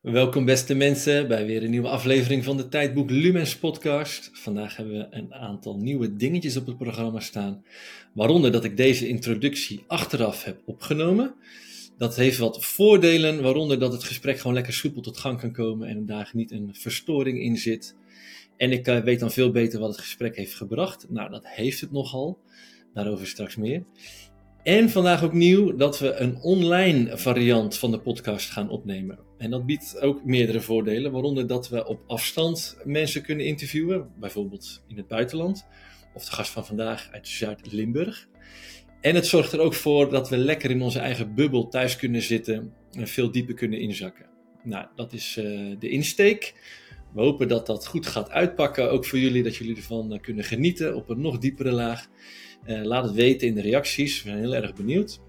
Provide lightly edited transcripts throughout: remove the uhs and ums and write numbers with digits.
Welkom beste mensen bij weer een nieuwe aflevering van de Tijdboek Lumens podcast. Vandaag hebben we een aantal nieuwe dingetjes op het programma staan. Waaronder dat ik deze introductie achteraf heb opgenomen. Dat heeft wat voordelen, waaronder dat het gesprek gewoon lekker soepel tot gang kan komen en daar niet een verstoring in zit. En ik weet dan veel beter wat het gesprek heeft gebracht. Nou, dat heeft het nogal. Daarover straks meer. En vandaag ook nieuw dat we een online variant van de podcast gaan opnemen. En dat biedt ook meerdere voordelen, waaronder dat we op afstand mensen kunnen interviewen, bijvoorbeeld in het buitenland, of de gast van vandaag uit Zuid-Limburg. En het zorgt er ook voor dat we lekker in onze eigen bubbel thuis kunnen zitten en veel dieper kunnen inzakken. Nou, dat is de insteek. We hopen dat dat goed gaat uitpakken, ook voor jullie, dat jullie ervan kunnen genieten op een nog diepere laag. Laat het weten in de reacties, we zijn heel erg benieuwd.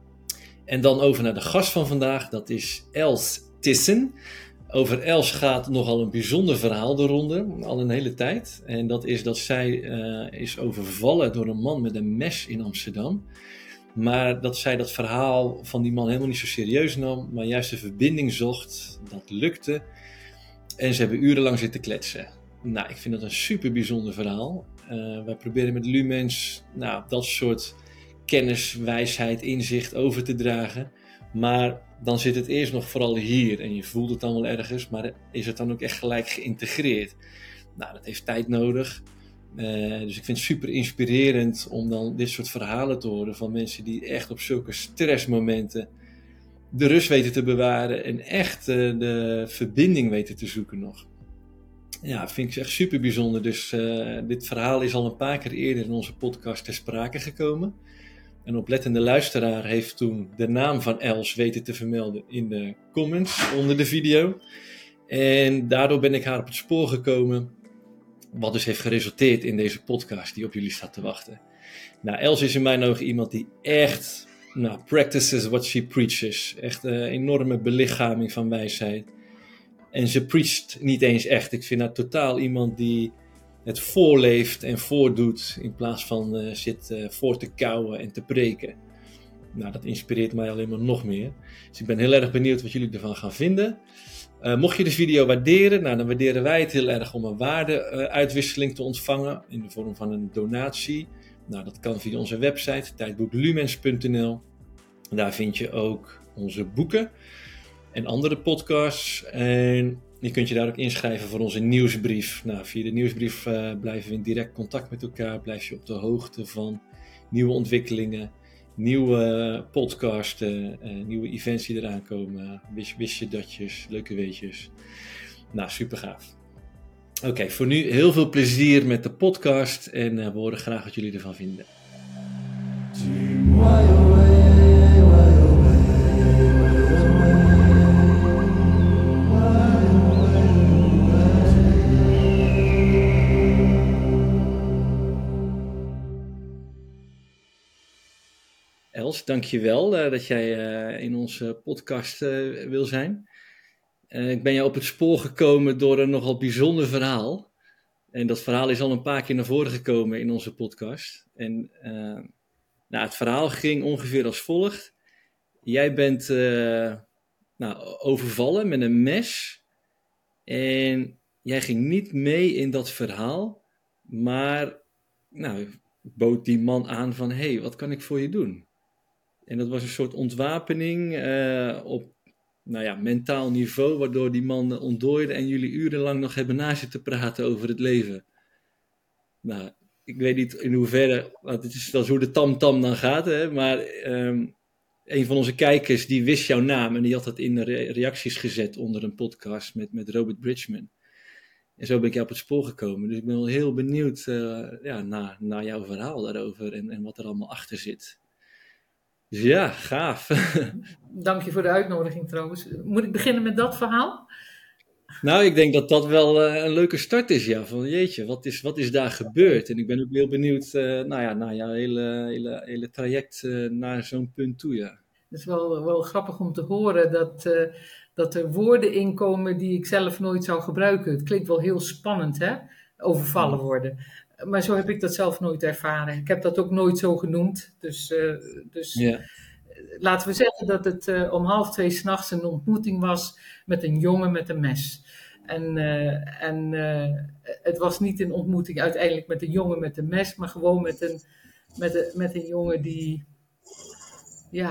En dan over naar de gast van vandaag, dat is Els Thyssen. Over Els gaat nogal een bijzonder verhaal de ronde, al een hele tijd. En dat is dat zij is overvallen door een man met een mes in Amsterdam. Maar dat zij dat verhaal van die man helemaal niet zo serieus nam, maar juist de verbinding zocht. Dat lukte. En ze hebben urenlang zitten kletsen. Nou, ik vind dat een super bijzonder verhaal. Wij proberen met Lumens dat soort kennis, wijsheid, inzicht over te dragen. Maar dan zit het eerst nog vooral hier. En je voelt het dan wel ergens, maar is het dan ook echt gelijk geïntegreerd? Nou, dat heeft tijd nodig. Dus ik vind het super inspirerend om dan dit soort verhalen te horen van mensen die echt op zulke stressmomenten de rust weten te bewaren en echt de verbinding weten te zoeken nog. Ja, vind ik echt super bijzonder. Dus dit verhaal is al een paar keer eerder in onze podcast ter sprake gekomen. Een oplettende luisteraar heeft toen de naam van Els weten te vermelden in de comments onder de video. En daardoor ben ik haar op het spoor gekomen, wat dus heeft geresulteerd in deze podcast die op jullie staat te wachten. Nou, Els is in mijn ogen iemand die echt practices what she preaches. Echt een enorme belichaming van wijsheid. En ze preacht niet eens echt. Ik vind haar totaal iemand die het voorleeft en voordoet in plaats van zit voor te kauwen en te preken. Nou, dat inspireert mij alleen maar nog meer. Dus ik ben heel erg benieuwd wat jullie ervan gaan vinden. Mocht je de video waarderen, dan waarderen wij het heel erg om een waardeuitwisseling te ontvangen in de vorm van een donatie. Nou, dat kan via onze website tijdboeklumens.nl. Daar vind je ook onze boeken en andere podcasts. En je kunt je daar ook inschrijven voor onze nieuwsbrief. Nou, via de nieuwsbrief blijven we in direct contact met elkaar. Blijf je op de hoogte van nieuwe ontwikkelingen, nieuwe podcasten, nieuwe events die eraan komen. Wist je datjes, leuke weetjes. Nou, super gaaf. Oké, voor nu heel veel plezier met de podcast en we horen graag wat jullie ervan vinden. Els, dankjewel dat jij in onze podcast wil zijn. Ik ben jou op het spoor gekomen door een nogal bijzonder verhaal. En dat verhaal is al een paar keer naar voren gekomen in onze podcast. En het verhaal ging ongeveer als volgt. Jij bent overvallen met een mes. En jij ging niet mee in dat verhaal. Maar bood die man aan van, hey, wat kan ik voor je doen? En dat was een soort ontwapening op mentaal niveau, waardoor die man ontdooide en jullie urenlang nog hebben na zitten praten over het leven. Nou, ik weet niet in hoeverre, dat is hoe de tamtam dan gaat, hè, maar een van onze kijkers die wist jouw naam en die had het in de reacties gezet onder een podcast met Robert Bridgman. En zo ben ik jou op het spoor gekomen. Dus ik ben wel heel benieuwd naar jouw verhaal daarover en wat er allemaal achter zit. Dus ja, gaaf. Dank je voor de uitnodiging trouwens. Moet ik beginnen met dat verhaal? Nou, ik denk dat dat wel een leuke start is, ja. Van jeetje, wat is daar gebeurd? En ik ben ook heel benieuwd naar jouw hele traject naar zo'n punt toe, ja. Het is wel grappig om te horen dat er woorden inkomen die ik zelf nooit zou gebruiken. Het klinkt wel heel spannend, hè? Overvallen worden. Maar zo heb ik dat zelf nooit ervaren. Ik heb dat ook nooit zo genoemd. Dus Ja. laten we zeggen dat het om 1:30 s'nachts een ontmoeting was met een jongen met een mes. En het was niet een ontmoeting uiteindelijk met een jongen met een mes, maar gewoon met een jongen die, ja,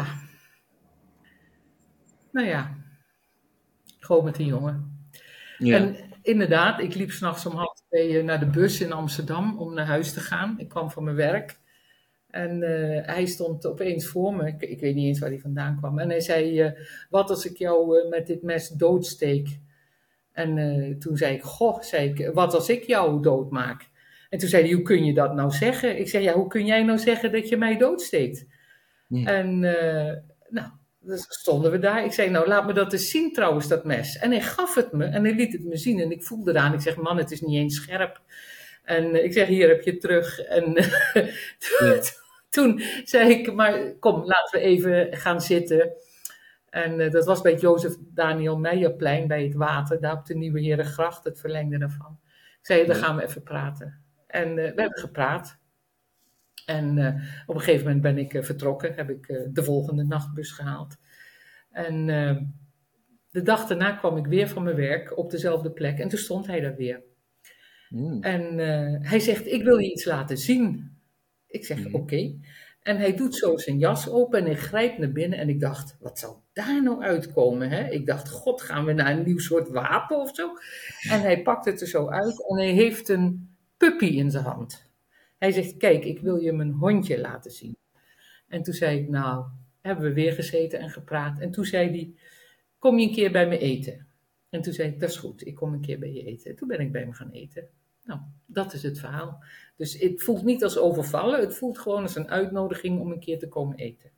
nou ja, gewoon met een jongen. Ja. En inderdaad, ik liep s'nachts om 1:30 naar de bus in Amsterdam om naar huis te gaan. Ik kwam van mijn werk. En hij stond opeens voor me. Ik weet niet eens waar hij vandaan kwam. En hij zei, wat als ik jou met dit mes doodsteek? En toen zei ik, goh, wat als ik jou doodmaak? En toen zei hij, hoe kun je dat nou zeggen? Ik zeg, ja, hoe kun jij nou zeggen dat je mij doodsteekt? Hm. En nou, dus stonden we daar. Ik zei, nou, laat me dat eens zien trouwens, dat mes. En hij gaf het me en hij liet het me zien. En ik voelde eraan. Ik zeg, man, het is niet eens scherp. En ik zeg, hier heb je het terug. En Ja. toen zei ik, maar kom, laten we even gaan zitten. En dat was bij het Jozef Daniel Meijerplein, bij het water, daar op de Nieuwe Herengracht, het verlengde daarvan. Ik zei, dan Ja. gaan we even praten. En we hebben gepraat. En op een gegeven moment ben ik vertrokken, heb ik de volgende nachtbus gehaald. En de dag daarna kwam ik weer van mijn werk op dezelfde plek en toen stond hij daar weer. Hm. En hij zegt, ik wil je iets laten zien. Ik zeg, Mhm. oké. En hij doet zo zijn jas open en hij grijpt naar binnen. En ik dacht, wat zal daar nou uitkomen? Hè? Ik dacht, god, gaan we naar een nieuw soort wapen of zo? En hij pakt het er zo uit en hij heeft een puppy in zijn hand. Hij zegt, kijk, ik wil je mijn hondje laten zien. En toen zei ik, nou, hebben we weer gezeten en gepraat. En toen zei hij, kom je een keer bij me eten? En toen zei ik, dat is goed, ik kom een keer bij je eten. Toen ben ik bij hem gaan eten. Nou, dat is het verhaal. Dus het voelt niet als overvallen, het voelt gewoon als een uitnodiging om een keer te komen eten.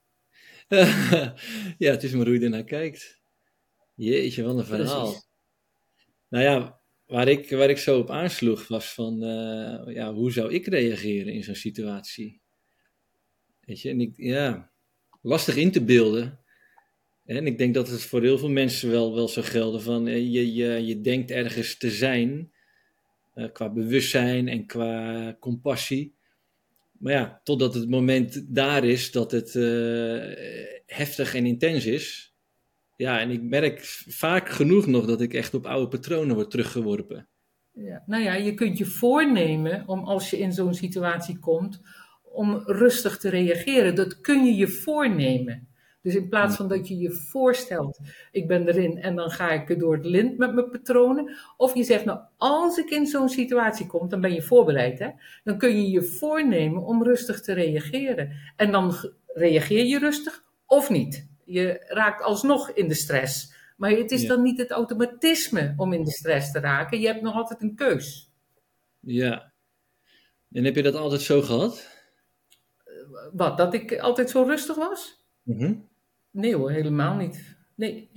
Ja, het is maar hoe je ernaar kijkt. Jeetje, wat een verhaal. Precies. Nou ja, waar ik zo op aansloeg was van, ja, hoe zou ik reageren in zo'n situatie? Weet je, en ja, lastig in te beelden. En ik denk dat het voor heel veel mensen wel zou gelden van, je denkt ergens te zijn, qua bewustzijn en qua compassie. Maar ja, totdat het moment daar is dat het heftig en intens is. Ja, en ik merk vaak genoeg nog dat ik echt op oude patronen word teruggeworpen. Ja. Nou ja, je kunt je voornemen om als je in zo'n situatie komt, om rustig te reageren. Dat kun je je voornemen. Dus in plaats van dat je je voorstelt, ik ben erin en dan ga ik er door het lint met mijn patronen. Of je zegt, nou, als ik in zo'n situatie kom, dan ben je voorbereid. Hè? Dan kun je je voornemen om rustig te reageren. En dan reageer je rustig of niet. Je raakt alsnog in de stress. Maar het is Ja, dan niet het automatisme om in de stress te raken. Je hebt nog altijd een keus. ja. En heb je dat altijd zo gehad? Wat, dat ik altijd zo rustig was? Mhm. Nee hoor, helemaal niet. Nee,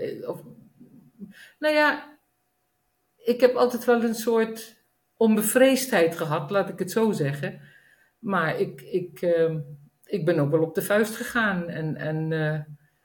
nou ja, ik heb altijd wel een soort onbevreesdheid gehad, laat ik het zo zeggen. Maar ik ben ook wel op de vuist gegaan. En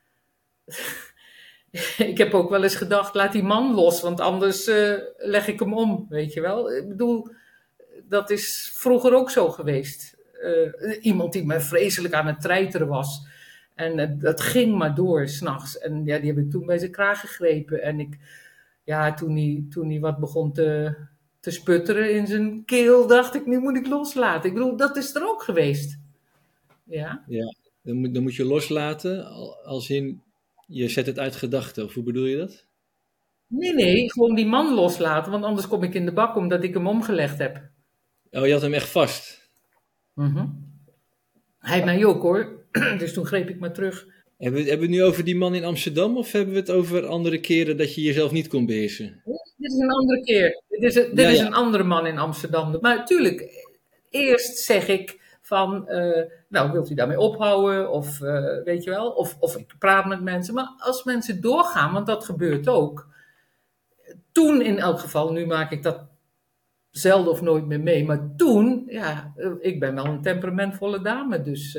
ik heb ook wel eens gedacht, laat die man los, want anders leg ik hem om, weet je wel. Ik bedoel, dat is vroeger ook zo geweest. Iemand die me vreselijk aan het treiteren was. En dat ging maar door, s'nachts. En ja, die heb ik toen bij zijn kraag gegrepen. En ja, toen hij wat begon te sputteren in zijn keel, dacht ik, nu moet ik loslaten. Ik bedoel, dat is er ook geweest. Ja. Ja, dan moet je loslaten, als in, je zet het uit gedachten, of hoe bedoel je dat? Nee, nee, gewoon die man loslaten, want anders kom ik in de bak omdat ik hem omgelegd heb. Oh, je had hem echt vast. Mhm. Hij mij ook hoor. Dus toen greep ik maar terug. Hebben we het nu over die man in Amsterdam, of hebben we het over andere keren dat je jezelf niet kon beheersen? Dit is een andere keer. Dit Ja, is ja, een andere man in Amsterdam. Maar natuurlijk, eerst zeg ik van, nou wilt u daarmee ophouden? Of weet je wel, of ik praat met mensen. Maar als mensen doorgaan, want dat gebeurt ook. Toen in elk geval, nu maak ik dat zelden of nooit meer mee. Maar toen, ja, ik ben wel een temperamentvolle dame. Dus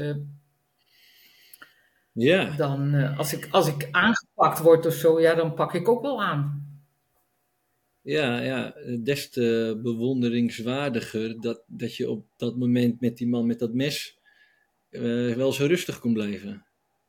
ja, dan, als ik aangepakt word of zo, ja, dan pak ik ook wel aan. ja, ja. Des te bewonderingswaardiger dat je op dat moment met die man met dat mes wel zo rustig kon blijven.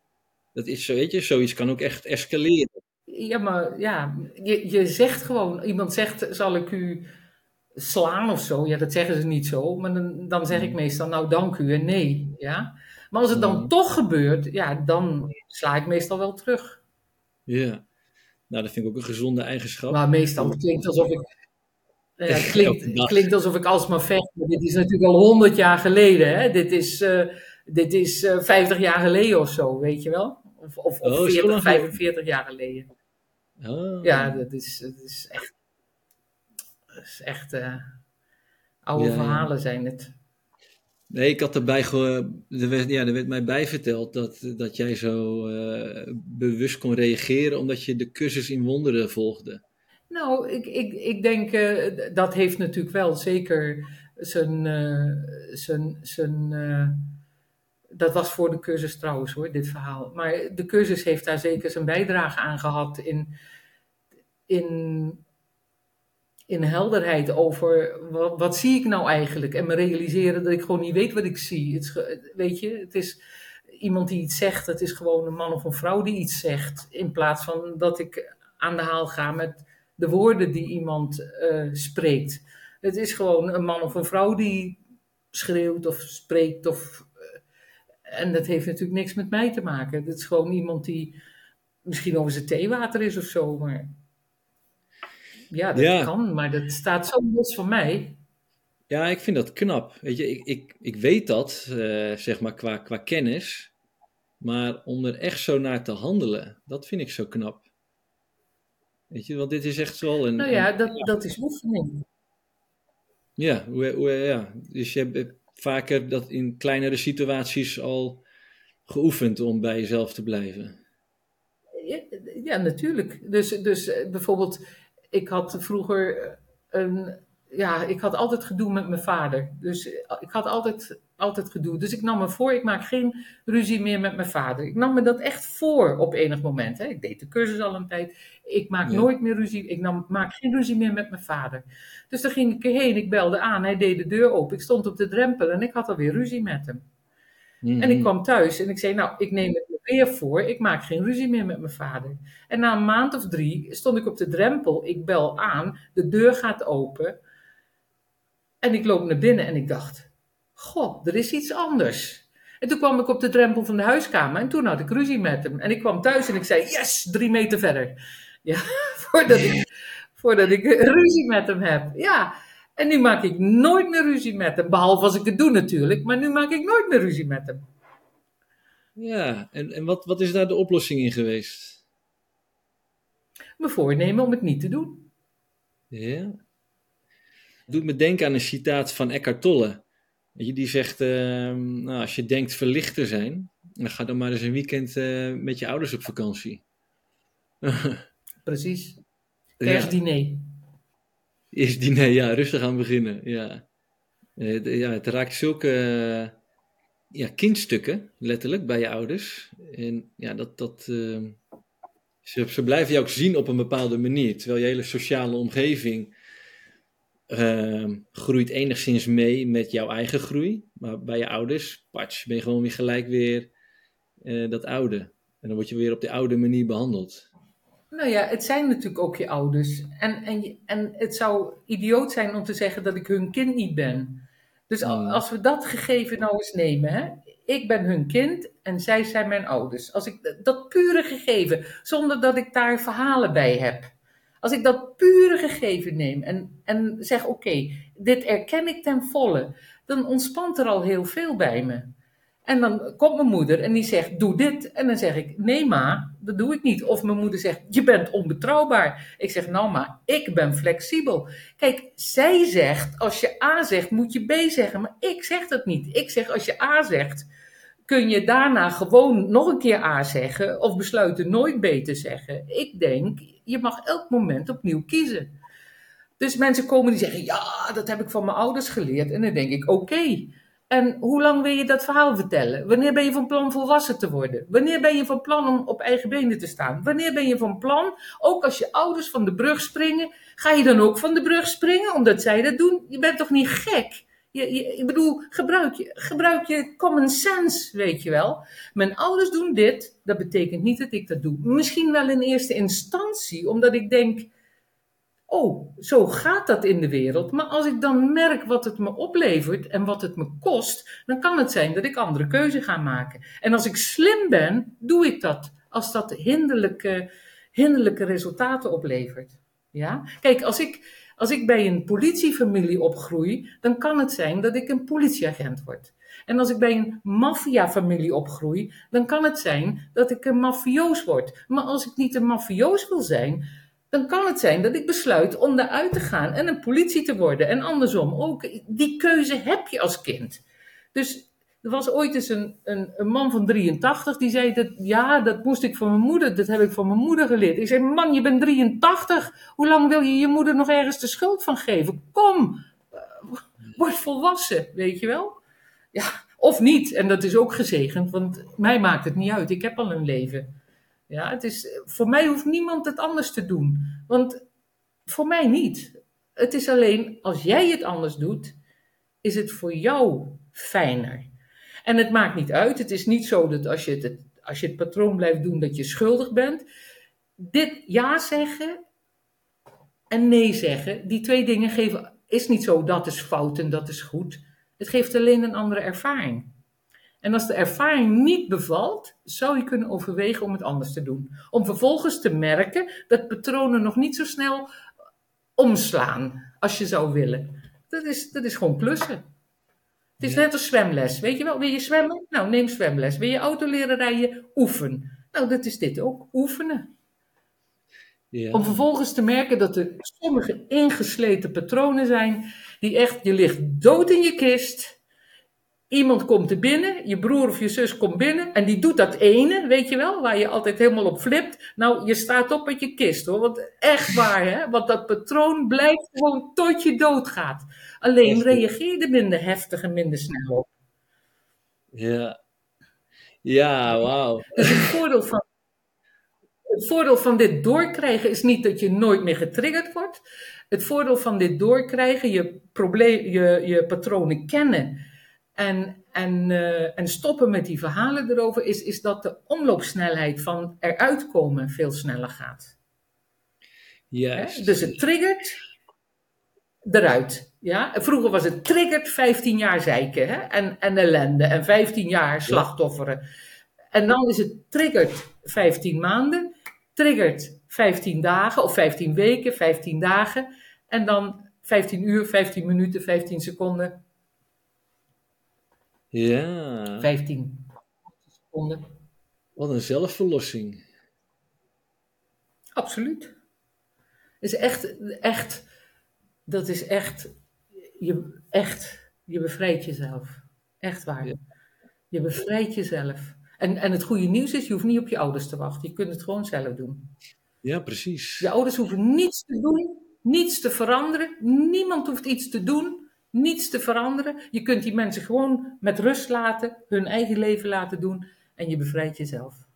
Dat is zo, weet je, zoiets kan ook echt escaleren. Ja, maar ja, je zegt gewoon, iemand zegt, zal ik u slaan of zo? Ja, dat zeggen ze niet zo, maar dan zeg ik Mm. meestal, nou dank u en nee, ja. Maar als het dan Mm. toch gebeurt, ja, dan sla ik meestal wel terug. Ja, nou dat vind ik ook een gezonde eigenschap. Maar meestal het klinkt alsof ik, het Elke dag. klinkt alsof ik alsmaar vecht. Maar dit is natuurlijk al 100 jaar geleden, hè. Dit is 50 jaar geleden of zo, weet je wel? Of Oh, zo 40, lang geleden. 45 jaar geleden. Ja, Oh. dat is echt oude Ja, ja. verhalen zijn het. Nee, ik had erbij er werd mij bijverteld dat jij zo bewust kon reageren omdat je de cursus in wonderen volgde. Nou, ik denk dat heeft natuurlijk wel zeker zijn dat was voor de cursus trouwens hoor, dit verhaal. Maar de cursus heeft daar zeker zijn bijdrage aan gehad in, in helderheid over wat zie ik nou eigenlijk. En me realiseren dat ik gewoon niet weet wat ik zie. Weet je, het is iemand die iets zegt. Het is gewoon een man of een vrouw die iets zegt. In plaats van dat ik aan de haal ga met de woorden die iemand spreekt. Het is gewoon een man of een vrouw die schreeuwt of spreekt. En dat heeft natuurlijk niks met mij te maken. Het is gewoon iemand die misschien over zijn theewater is of zo. Maar ja, dat Ja, kan. Maar dat staat zo los van mij. ja, ik vind dat knap. Weet je, ik weet dat, zeg maar, qua kennis. Maar om er echt zo naar te handelen, dat vind ik zo knap. Weet je, want dit is echt wel Nou ja, dat is oefening. ja, ja. Dus je hebt vaker dat in kleinere situaties al geoefend om bij jezelf te blijven. Ja, ja, natuurlijk. Dus bijvoorbeeld, ik had vroeger ik had altijd gedoe met mijn vader. Dus ik had altijd gedoe. Dus ik nam me voor, ik maak geen ruzie meer met mijn vader. Ik nam me dat echt voor op enig moment. Hè. Ik deed de cursus al een tijd. Ik maak Ja. nooit meer ruzie. Maak geen ruzie meer met mijn vader. Dus daar ging ik erheen. Ik belde aan. Hij deed de deur open. Ik stond op de drempel en ik had alweer ruzie met hem. En ik Mhm. kwam thuis en ik zei, nou, ik neem het me weer voor. Ik maak geen ruzie meer met mijn vader. En na een maand of 3 stond ik op de drempel. Ik bel aan, de deur gaat open. En ik loop naar binnen en ik dacht, goh, er is iets anders. En toen kwam ik op de drempel van de huiskamer en toen had ik ruzie met hem. En ik kwam thuis en ik zei, yes, 3 meter verder. Ja, voordat ik ruzie met hem heb. Ja, en nu maak ik nooit meer ruzie met hem. Behalve als ik het doe natuurlijk, maar nu maak ik nooit meer ruzie met hem. Ja, en wat is daar de oplossing in geweest? Me voornemen om het niet te doen. Ja. Doet me denken aan een citaat van Eckhart Tolle. Weet je, die zegt, nou, als je denkt verlicht te zijn, dan ga dan maar eens een weekend met je ouders op vakantie. Precies. Ja, Kerstdiner. eerst diner, ja, rustig aan beginnen. Ja, ja het raakt zulke ja, kindstukken, letterlijk, bij je ouders. En ja, ze blijven je ook zien op een bepaalde manier, terwijl je hele sociale omgeving groeit enigszins mee met jouw eigen groei. Maar bij je ouders, patch, ben je gewoon weer gelijk weer dat oude. En dan word je weer op de oude manier behandeld. Nou ja, het zijn natuurlijk ook je ouders. En het zou idioot zijn om te zeggen dat ik hun kind niet ben. Dus Mm, als we dat gegeven nou eens nemen, hè? Ik ben hun kind en zij zijn mijn ouders. Als ik dat pure gegeven, zonder dat ik daar verhalen bij heb. Als ik dat pure gegeven neem en zeg, oké, dit erken ik ten volle, dan ontspant er al heel veel bij me. En dan komt mijn moeder en die zegt, doe dit. En dan zeg ik, nee ma, dat doe ik niet. Of mijn moeder zegt, je bent onbetrouwbaar. Ik zeg, nou ma, ik ben flexibel. Kijk, zij zegt, als je A zegt, moet je B zeggen. Maar ik zeg dat niet. Ik zeg, als je A zegt, kun je daarna gewoon nog een keer A zeggen. Of besluiten nooit B te zeggen. Ik denk, je mag elk moment opnieuw kiezen. Dus mensen komen die zeggen, ja, dat heb ik van mijn ouders geleerd. En dan denk ik, oké. En hoe lang wil je dat verhaal vertellen? Wanneer ben je van plan volwassen te worden? Wanneer ben je van plan om op eigen benen te staan? Wanneer ben je van plan, ook als je ouders van de brug springen, ga je dan ook van de brug springen omdat zij dat doen? Je bent toch niet gek? Ik bedoel, gebruik je common sense, weet je wel. Mijn ouders doen dit, dat betekent niet dat ik dat doe. Misschien wel in eerste instantie, omdat ik denk, oh, zo gaat dat in de wereld. Maar als ik dan merk wat het me oplevert en wat het me kost, dan kan het zijn dat ik andere keuze ga maken. En als ik slim ben, doe ik dat. Als dat hinderlijke resultaten oplevert. Ja? Kijk, als ik bij een politiefamilie opgroei, dan kan het zijn dat ik een politieagent word. En als ik bij een maffiafamilie opgroei, dan kan het zijn dat ik een mafioos word. Maar als ik niet een mafioos wil zijn, dan kan het zijn dat ik besluit om daaruit te gaan en een politie te worden. En andersom ook. Die keuze heb je als kind. Dus er was ooit eens een man van 83 die zei dat, ja, dat moest ik van mijn moeder, dat heb ik van mijn moeder geleerd. Ik zei, man, je bent 83. Hoe lang wil je je moeder nog ergens de schuld van geven? Kom, word volwassen, weet je wel? Ja, of niet. En dat is ook gezegend, want mij maakt het niet uit. Ik heb al een leven. Ja, voor mij hoeft niemand het anders te doen. Want voor mij niet. Het is alleen, als jij het anders doet, is het voor jou fijner. En het maakt niet uit. Het is niet zo dat als je het patroon blijft doen, dat je schuldig bent. Dit ja zeggen en nee zeggen, die twee dingen geven, is niet zo dat is fout en dat is goed. Het geeft alleen een andere ervaring. En als de ervaring niet bevalt, zou je kunnen overwegen om het anders te doen. Om vervolgens te merken dat patronen nog niet zo snel omslaan als je zou willen. Dat is gewoon klussen. Het is net als zwemles. Weet je wel, wil je zwemmen? Nou, neem zwemles. Wil je auto leren rijden? Oefen. Nou, dat is dit ook. Oefenen. Ja. Om vervolgens te merken dat er sommige ingesleten patronen zijn die echt, je ligt dood in je kist. Iemand komt er binnen, je broer of je zus komt binnen en die doet dat ene, weet je wel, waar je altijd helemaal op flipt. Nou, je staat op met je kist hoor, want echt waar hè, want dat patroon blijft gewoon tot je doodgaat. Alleen reageer je er minder heftig en minder snel op. Ja, ja, wauw. Dus het voordeel van dit doorkrijgen is niet dat je nooit meer getriggerd wordt. Het voordeel van dit doorkrijgen, je patronen kennen en stoppen met die verhalen erover, is dat de omloopsnelheid van eruit komen veel sneller gaat. Juist. Dus het triggert eruit. Ja? Vroeger was het triggert 15 jaar zeiken hè? En ellende en 15 jaar slachtofferen. Ja. En dan is het triggert 15 maanden, triggert 15 dagen of 15 weken, 15 dagen en dan 15 uur, 15 minuten, 15 seconden. Ja. 15 seconden. Wat een zelfverlossing. Absoluut. Is echt, dat is echt, je bevrijdt jezelf. Echt waar. Ja. Je bevrijdt jezelf. En het goede nieuws is, je hoeft niet op je ouders te wachten. Je kunt het gewoon zelf doen. Ja, precies. Je ouders hoeven niets te doen, niets te veranderen. Niemand hoeft iets te doen, niets te veranderen. Je kunt die mensen gewoon met rust laten, hun eigen leven laten doen. En je bevrijdt jezelf.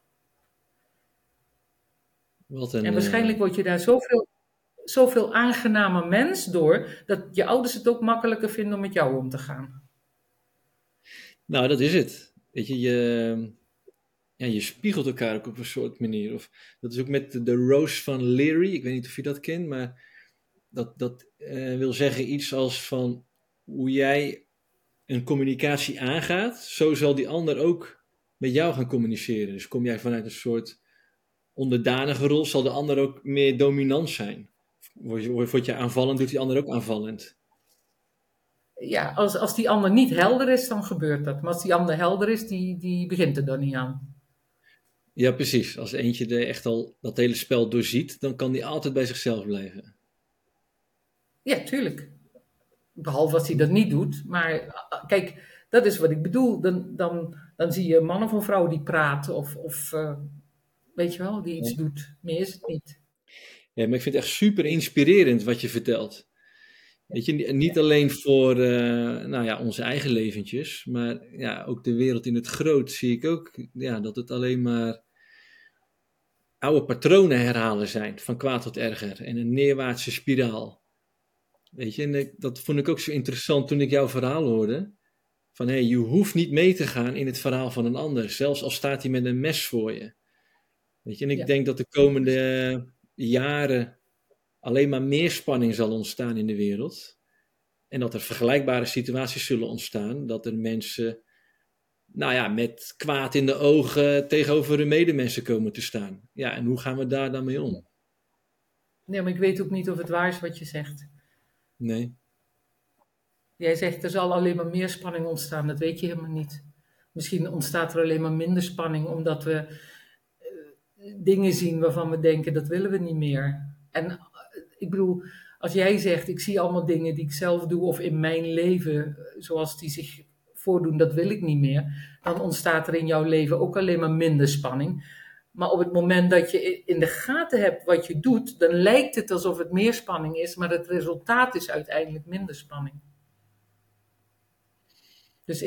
En waarschijnlijk word je daar zoveel aangenamer mens door, dat je ouders het ook makkelijker vinden om met jou om te gaan. Nou, dat is het. Weet je, je spiegelt elkaar ook op een soort manier. Of, dat is ook met de Rose van Leary. Ik weet niet of je dat kent, maar dat wil zeggen iets als van hoe jij een communicatie aangaat, zo zal die ander ook met jou gaan communiceren. Dus kom jij vanuit een soort onderdanige rol, zal de ander ook meer dominant zijn. Word je aanvallend, doet die ander ook aanvallend. Ja, als die ander niet helder is, dan gebeurt dat. Maar als die ander helder is, die begint er dan niet aan. Ja, precies. Als eentje echt al dat hele spel doorziet, dan kan die altijd bij zichzelf blijven. Ja, tuurlijk. Behalve als hij dat niet doet. Maar kijk, dat is wat ik bedoel. Dan zie je een man of een vrouw die praat of weet je wel, die iets doet. Meer is het niet. Ja, maar ik vind het echt super inspirerend wat je vertelt. Weet je, niet alleen voor onze eigen leventjes, maar ja, ook de wereld in het groot zie ik ook dat het alleen maar oude patronen herhalen zijn, van kwaad tot erger en een neerwaartse spiraal. Weet je, en dat vond ik ook zo interessant toen ik jouw verhaal hoorde. Van hé, je hoeft niet mee te gaan in het verhaal van een ander, zelfs al staat hij met een mes voor je. Weet je, en ik Ja. denk dat de komende jaren alleen maar meer spanning zal ontstaan in de wereld. En dat er vergelijkbare situaties zullen ontstaan, dat er mensen, nou ja, met kwaad in de ogen tegenover hun medemensen komen te staan. Ja, en hoe gaan we daar dan mee om? Nee, maar ik weet ook niet of het waar is wat je zegt. Nee. Jij zegt er zal alleen maar meer spanning ontstaan, dat weet je helemaal niet. Misschien ontstaat er alleen maar minder spanning omdat we dingen zien waarvan we denken dat willen we niet meer. En ik bedoel, als jij zegt ik zie allemaal dingen die ik zelf doe of in mijn leven zoals die zich voordoen, dat wil ik niet meer, dan ontstaat er in jouw leven ook alleen maar minder spanning. Maar op het moment dat je in de gaten hebt wat je doet, dan lijkt het alsof het meer spanning is, maar het resultaat is uiteindelijk minder spanning. Dus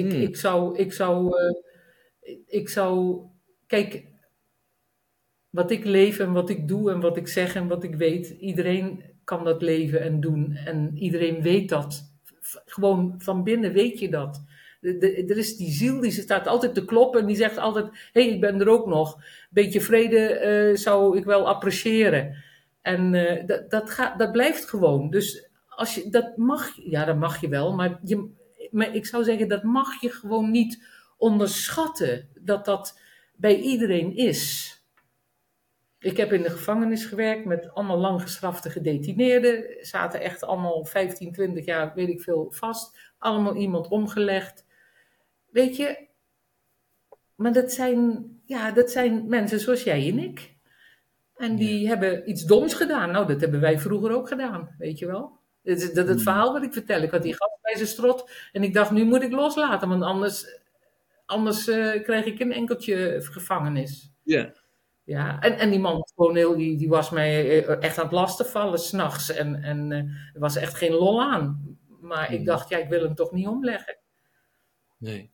ik zou, kijk, wat ik leef en wat ik doe en wat ik zeg en wat ik weet, iedereen kan dat leven en doen en iedereen weet dat. Gewoon van binnen weet je dat. Er is die ziel die staat altijd te kloppen en die zegt altijd, hé, ik ben er ook nog. Beetje vrede zou ik wel appreciëren. En dat blijft gewoon. Dus als je, dat mag, ja, dat mag je wel, maar ik zou zeggen, dat mag je gewoon niet onderschatten, dat dat bij iedereen is. Ik heb in de gevangenis gewerkt met allemaal lang gestrafte gedetineerden. Zaten echt allemaal 15, 20 jaar, weet ik veel, vast. Allemaal iemand omgelegd. Weet je, maar dat zijn mensen zoals jij en ik. En die hebben iets doms gedaan. Nou, dat hebben wij vroeger ook gedaan, weet je wel. Het verhaal wat ik vertel. Ik had die gast bij zijn strot en ik dacht, nu moet ik loslaten, want anders krijg ik een enkeltje gevangenis. Ja. Ja, en die man was gewoon die was mij echt aan het lastigvallen s'nachts. En er was echt geen lol aan. Maar ik dacht, ja, ik wil hem toch niet omleggen. Nee.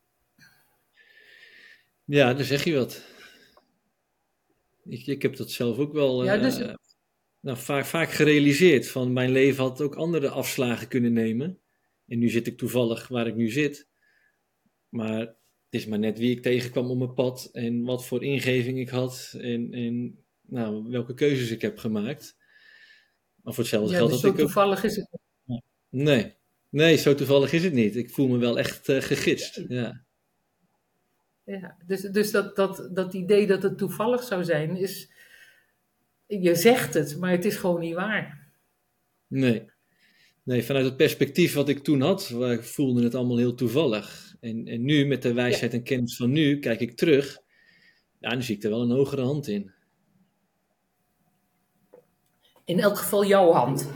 Ja, daar zeg je wat. Ik heb dat zelf ook wel Ja, dus nou, vaak gerealiseerd. Van mijn leven had ook andere afslagen kunnen nemen. En nu zit ik toevallig waar ik nu zit. Maar het is maar net wie ik tegenkwam op mijn pad. En wat voor ingeving ik had. En nou, welke keuzes ik heb gemaakt. Maar voor hetzelfde ja, geld dus had zo ik ook... toevallig is het. Nee, zo toevallig is het niet. Ik voel me wel echt gegidst. Ja. Ja, dus dat idee dat het toevallig zou zijn, is. Je zegt het, maar het is gewoon niet waar. Nee, vanuit het perspectief wat ik toen had, ik voelde het allemaal heel toevallig. En nu, met de Ja. wijsheid en kennis van nu, kijk ik terug. Ja, nu zie ik er wel een hogere hand in. In elk geval jouw hand.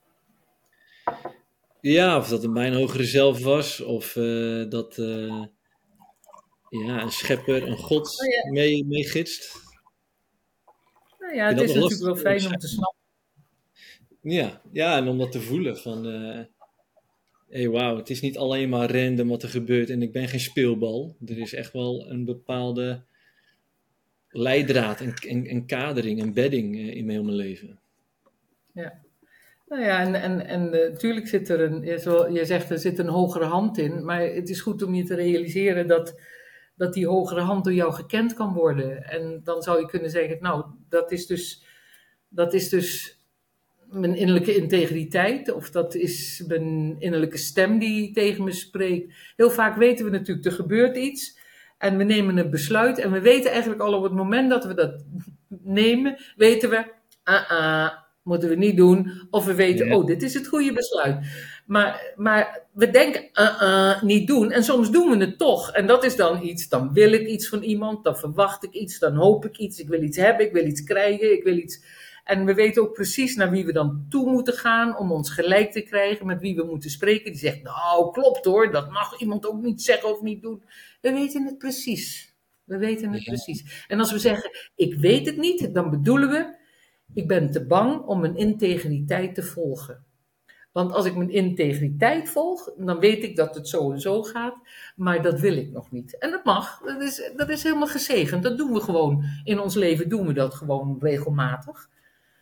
Ja, of dat het mijn hogere zelf was, of dat ja, een schepper, een god Oh ja. meegidst. Nou ja, Ik het vind is dat wel natuurlijk wel fijn om te snappen. Ja, en om dat te voelen van, hey, wauw, het is niet alleen maar random wat er gebeurt en ik ben geen speelbal. Er is echt wel een bepaalde leidraad en kadering en bedding in heel mijn leven. Ja. Nou ja, en natuurlijk zit er zoals je zegt, er zit een hogere hand in. Maar het is goed om je te realiseren dat die hogere hand door jou gekend kan worden. En dan zou je kunnen zeggen, nou, dat is dus mijn innerlijke integriteit. Of dat is mijn innerlijke stem die tegen me spreekt. Heel vaak weten we natuurlijk, er gebeurt iets. En we nemen een besluit. En we weten eigenlijk al op het moment dat we dat nemen, weten we, moeten we niet doen. Of we weten, Ja. dit is het goede besluit. Maar we denken, niet doen. En soms doen we het toch. En dat is dan iets, dan wil ik iets van iemand, dan verwacht ik iets, dan hoop ik iets. Ik wil iets hebben, ik wil iets krijgen, ik wil iets. En we weten ook precies naar wie we dan toe moeten gaan om ons gelijk te krijgen, met wie we moeten spreken. Die zegt, nou, klopt hoor, dat mag iemand ook niet zeggen of niet doen. We weten het precies. We weten het precies. En als we zeggen, ik weet het niet, dan bedoelen we, ik ben te bang om mijn integriteit te volgen. Want als ik mijn integriteit volg, dan weet ik dat het zo en zo gaat, maar dat wil ik nog niet. En dat mag, dat is helemaal gezegend. Dat doen we gewoon, in ons leven doen we dat gewoon regelmatig.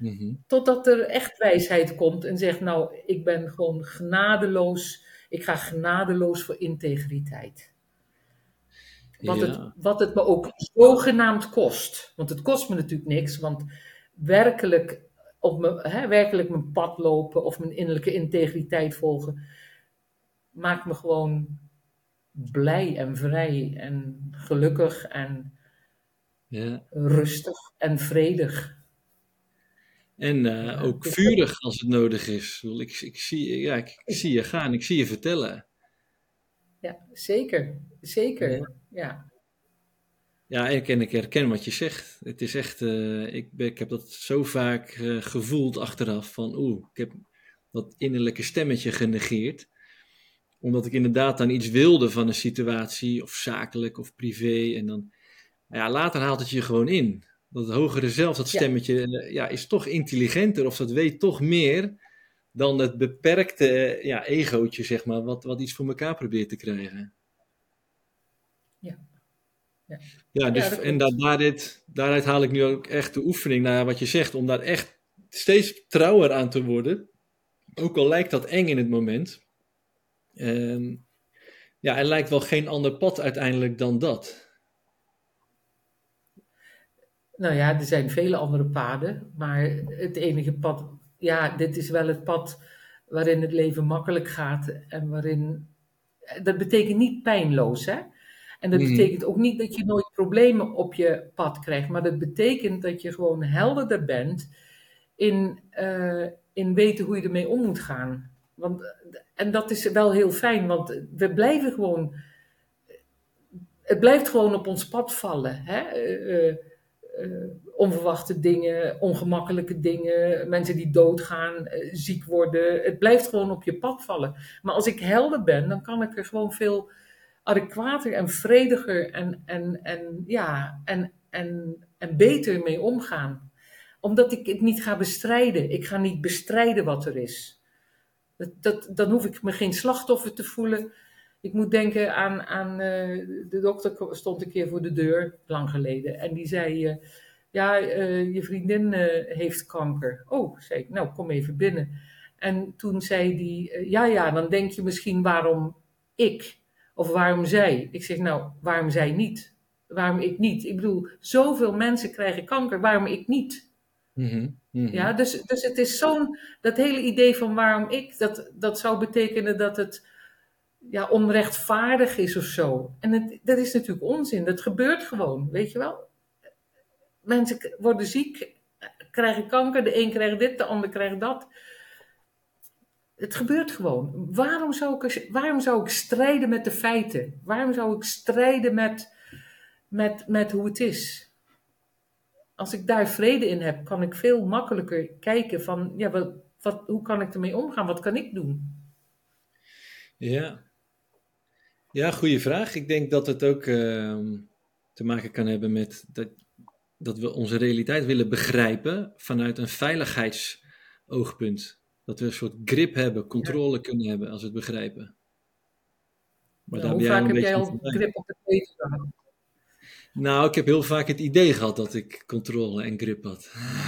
Mhm. Totdat er echt wijsheid komt en zegt, nou, ik ben gewoon genadeloos. Ik ga genadeloos voor integriteit. Ja, Wat het me ook zogenaamd kost. Want het kost me natuurlijk niks, want werkelijk, werkelijk mijn pad lopen of mijn innerlijke integriteit volgen, maakt me gewoon blij en vrij en gelukkig en ja. rustig en vredig. En Ja, ook dus vurig als het nodig is. Ik bedoel, ik zie je gaan, ik zie je vertellen. ja, zeker, Ja, zeker, ja. ja, ik herken wat je zegt. Het is echt, ik heb dat zo vaak gevoeld achteraf van, ik heb dat innerlijke stemmetje genegeerd. Omdat ik inderdaad dan iets wilde van een situatie, of zakelijk of privé. En dan, ja, later haalt het je gewoon in. Dat hogere zelf, dat Ja, stemmetje, is toch intelligenter of dat weet toch meer dan het beperkte egootje, zeg maar, wat iets voor elkaar probeert te krijgen. ja, ja, Ja, ja, dus, dat en klopt. daaruit haal ik nu ook echt de oefening naar wat je zegt, om daar echt steeds trouwer aan te worden. Ook al lijkt dat eng in het moment. Ehm, ja, er lijkt wel geen ander pad uiteindelijk dan dat. Nou ja, er zijn vele andere paden, maar het enige pad, ja, dit is wel het pad waarin het leven makkelijk gaat en waarin, dat betekent niet pijnloos, hè? En dat Mhm. betekent ook niet dat je nooit problemen op je pad krijgt, maar dat betekent dat je gewoon helderder bent in weten hoe je ermee om moet gaan. En dat is wel heel fijn, want we blijven gewoon, het blijft gewoon op ons pad vallen. Hè? Onverwachte dingen, ongemakkelijke dingen, mensen die doodgaan, ziek worden. Het blijft gewoon op je pad vallen. Maar als ik helder ben, dan kan ik er gewoon veel adequater en vrediger en beter mee omgaan. Omdat ik het niet ga bestrijden. Ik ga niet bestrijden wat er is. Dan hoef ik me geen slachtoffer te voelen. Ik moet denken aan de dokter stond een keer voor de deur, lang geleden. En die zei, je vriendin heeft kanker. Oh, zei ik, nou kom even binnen. En toen zei die, ja, dan denk je misschien waarom ik of waarom zij. Ik zeg, nou, waarom zij niet? Waarom ik niet? Ik bedoel, zoveel mensen krijgen kanker, waarom ik niet? Mhm. Ja, Mhm. dus het is dat hele idee van waarom ik, dat zou betekenen dat het onrechtvaardig is of zo. En dat is natuurlijk onzin, dat gebeurt gewoon, weet je wel. Mensen worden ziek, krijgen kanker, de een krijgt dit, de ander krijgt dat. Het gebeurt gewoon. Waarom zou ik strijden met de feiten? Waarom zou ik strijden met hoe het is? Als ik daar vrede in heb, kan ik veel makkelijker kijken van, ja, hoe kan ik ermee omgaan? Wat kan ik doen? Ja. Ja, goede vraag. Ik denk dat het ook te maken kan hebben met dat we onze realiteit willen begrijpen vanuit een veiligheidsoogpunt. Dat we een soort grip hebben, Ja. controle kunnen hebben als we het begrijpen. Maar Nou, daar ben hoe jij al vaak een heb jij beetje in al voorbij. grip op het leven gehad? Nou, ik heb heel vaak het idee gehad dat ik controle en grip had.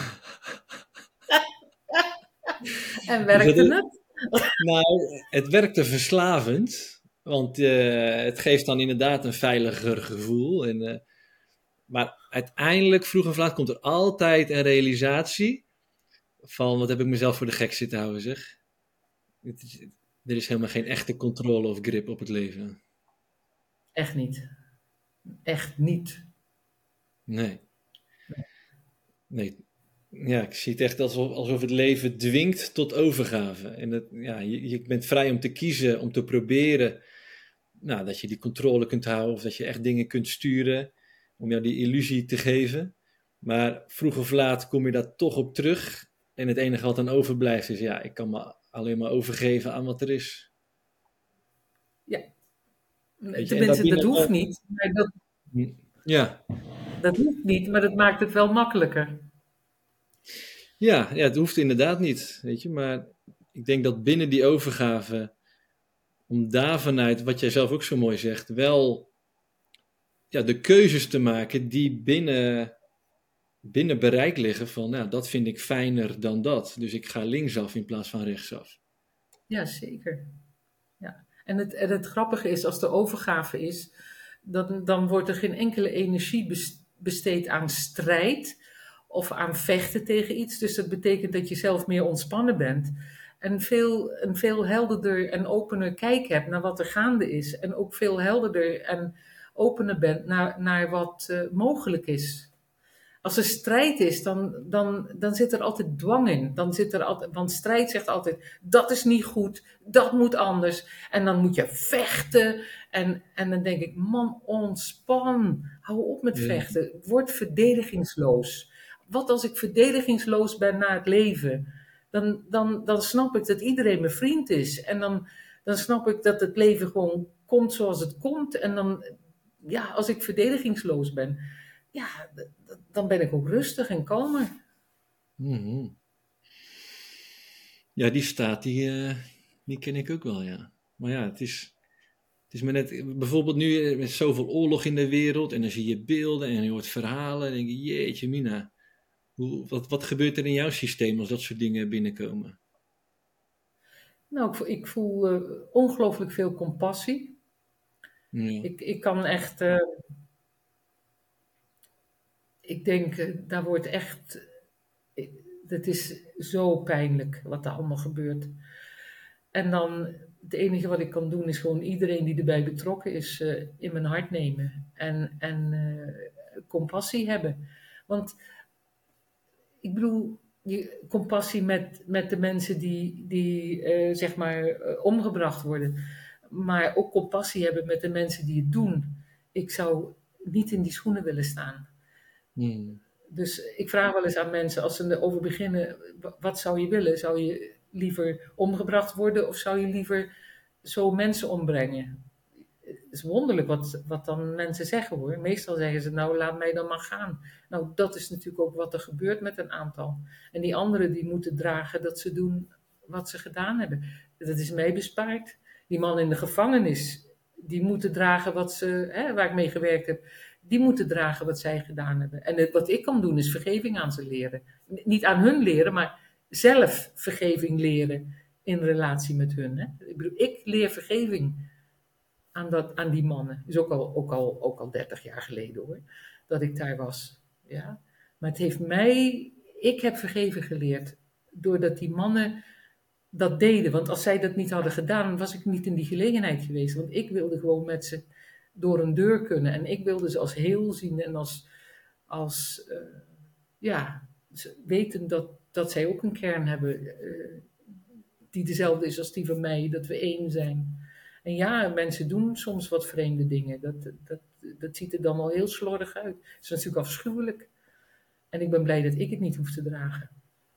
En Dus werkte het? nou, het werkte verslavend, want het geeft dan inderdaad een veiliger gevoel. Maar uiteindelijk, vroeg of laat, komt er altijd een realisatie van wat heb ik mezelf voor de gek zitten houden, zeg. Er is helemaal geen echte controle of grip op het leven. Echt niet. Echt niet. Nee, nee. Ja, ik zie het echt alsof het leven dwingt tot overgave. En je bent vrij om te kiezen, om te proberen, nou, dat je die controle kunt houden of dat je echt dingen kunt sturen om jou die illusie te geven. Maar vroeg of laat kom je daar toch op terug. En het enige wat dan overblijft is, ja, ik kan me alleen maar overgeven aan wat er is. Ja, Weet je, en tenminste, dat daarbinnen hoeft wel. niet. Maar Ja, dat hoeft niet, maar dat maakt het wel makkelijker. ja, het hoeft inderdaad niet, weet je. Maar ik denk dat binnen die overgave, om daar vanuit, wat jij zelf ook zo mooi zegt, wel de keuzes te maken die binnen binnen bereik liggen van, nou, dat vind ik fijner dan dat. Dus ik ga linksaf in plaats van rechtsaf. Ja, zeker. Ja. En het grappige is, als de overgave is, dan wordt er geen enkele energie besteed aan strijd of aan vechten tegen iets. Dus dat betekent dat je zelf meer ontspannen bent. En een veel helderder en opener kijk hebt naar wat er gaande is. En ook veel helderder en opener bent naar wat mogelijk is. Als er strijd is, dan zit er altijd dwang in. Dan zit er altijd, want strijd zegt altijd, dat is niet goed, dat moet anders. En dan moet je vechten. En dan denk ik, man, ontspan. Hou op met Ja. vechten. Word verdedigingsloos. Wat als ik verdedigingsloos ben naar het leven? Dan snap ik dat iedereen mijn vriend is. En dan snap ik dat het leven gewoon komt zoals het komt. En dan, ja, als ik verdedigingsloos ben, ja, dan ben ik ook rustig en kalmer. Mhm. Ja, die staat, die ken ik ook wel, ja. Maar ja, het is maar net, bijvoorbeeld nu met zoveel oorlog in de wereld en dan zie je beelden en je hoort verhalen en denk je, jeetje mina, wat gebeurt er in jouw systeem als dat soort dingen binnenkomen? Nou, ik voel ongelooflijk veel compassie. Ja. Ik kan echt, ik denk, daar wordt echt, het is zo pijnlijk wat daar allemaal gebeurt. En dan, het enige wat ik kan doen is gewoon iedereen die erbij betrokken is in mijn hart nemen. En compassie hebben. Want ik bedoel, compassie met de mensen die zeg maar omgebracht worden. Maar ook compassie hebben met de mensen die het doen. Ik zou niet in die schoenen willen staan. Hmm. Dus ik vraag wel eens aan mensen, als ze erover beginnen, wat zou je willen? Zou je liever omgebracht worden of zou je liever zo mensen ombrengen? Het is wonderlijk wat dan mensen zeggen hoor. Meestal zeggen ze, nou laat mij dan maar gaan. Nou, dat is natuurlijk ook wat er gebeurt met een aantal. En die anderen die moeten dragen dat ze doen wat ze gedaan hebben. Dat is mij bespaard. Die man in de gevangenis, die moeten dragen waar ik mee gewerkt heb, die moeten dragen wat zij gedaan hebben. En wat ik kan doen is vergeving aan ze leren. Niet aan hun leren, maar zelf vergeving leren in relatie met hun. Hè? Ik bedoel, ik leer vergeving aan die mannen. Is ook al 30 jaar geleden hoor, dat ik daar was. Ja? Maar het heeft ik heb vergeven geleerd, doordat die mannen dat deden. Want als zij dat niet hadden gedaan, was ik niet in die gelegenheid geweest. Want ik wilde gewoon met ze door een deur kunnen. En ik wilde ze als heel zien en als ja, weten dat zij ook een kern hebben die dezelfde is als die van mij, dat we één zijn. En ja, mensen doen soms wat vreemde dingen. Dat ziet er dan al heel slordig uit. Dat is natuurlijk afschuwelijk. En ik ben blij dat ik het niet hoef te dragen.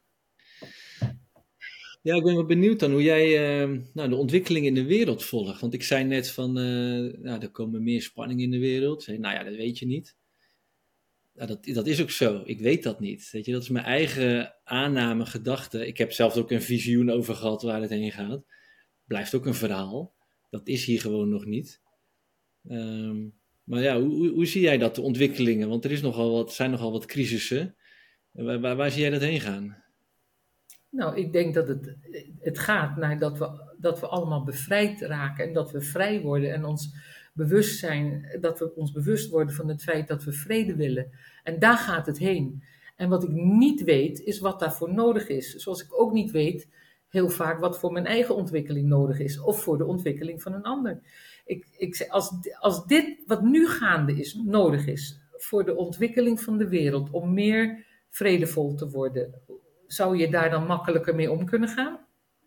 Ja, ik ben wel benieuwd dan hoe jij nou, de ontwikkeling in de wereld volgt. Want ik zei net van, nou, er komen meer spanningen in de wereld. Nou ja, dat weet je niet. Nou, dat is ook zo. Ik weet dat niet. Weet je, dat is mijn eigen aanname, gedachte. Ik heb zelf ook een visioen over gehad waar het heen gaat. Blijft ook een verhaal. Dat is hier gewoon nog niet. Maar ja, hoe zie jij dat, de ontwikkelingen? Want er zijn nogal wat crisissen. Waar zie jij dat heen gaan? Nou, ik denk dat het gaat naar dat we allemaal bevrijd raken en dat we vrij worden en dat we ons bewust worden van het feit dat we vrede willen. En daar gaat het heen. En wat ik niet weet, is wat daarvoor nodig is. Zoals ik ook niet weet, heel vaak, wat voor mijn eigen ontwikkeling nodig is of voor de ontwikkeling van een ander. Als dit wat nu gaande is, nodig is voor de ontwikkeling van de wereld, om meer vredevol te worden, zou je daar dan makkelijker mee om kunnen gaan?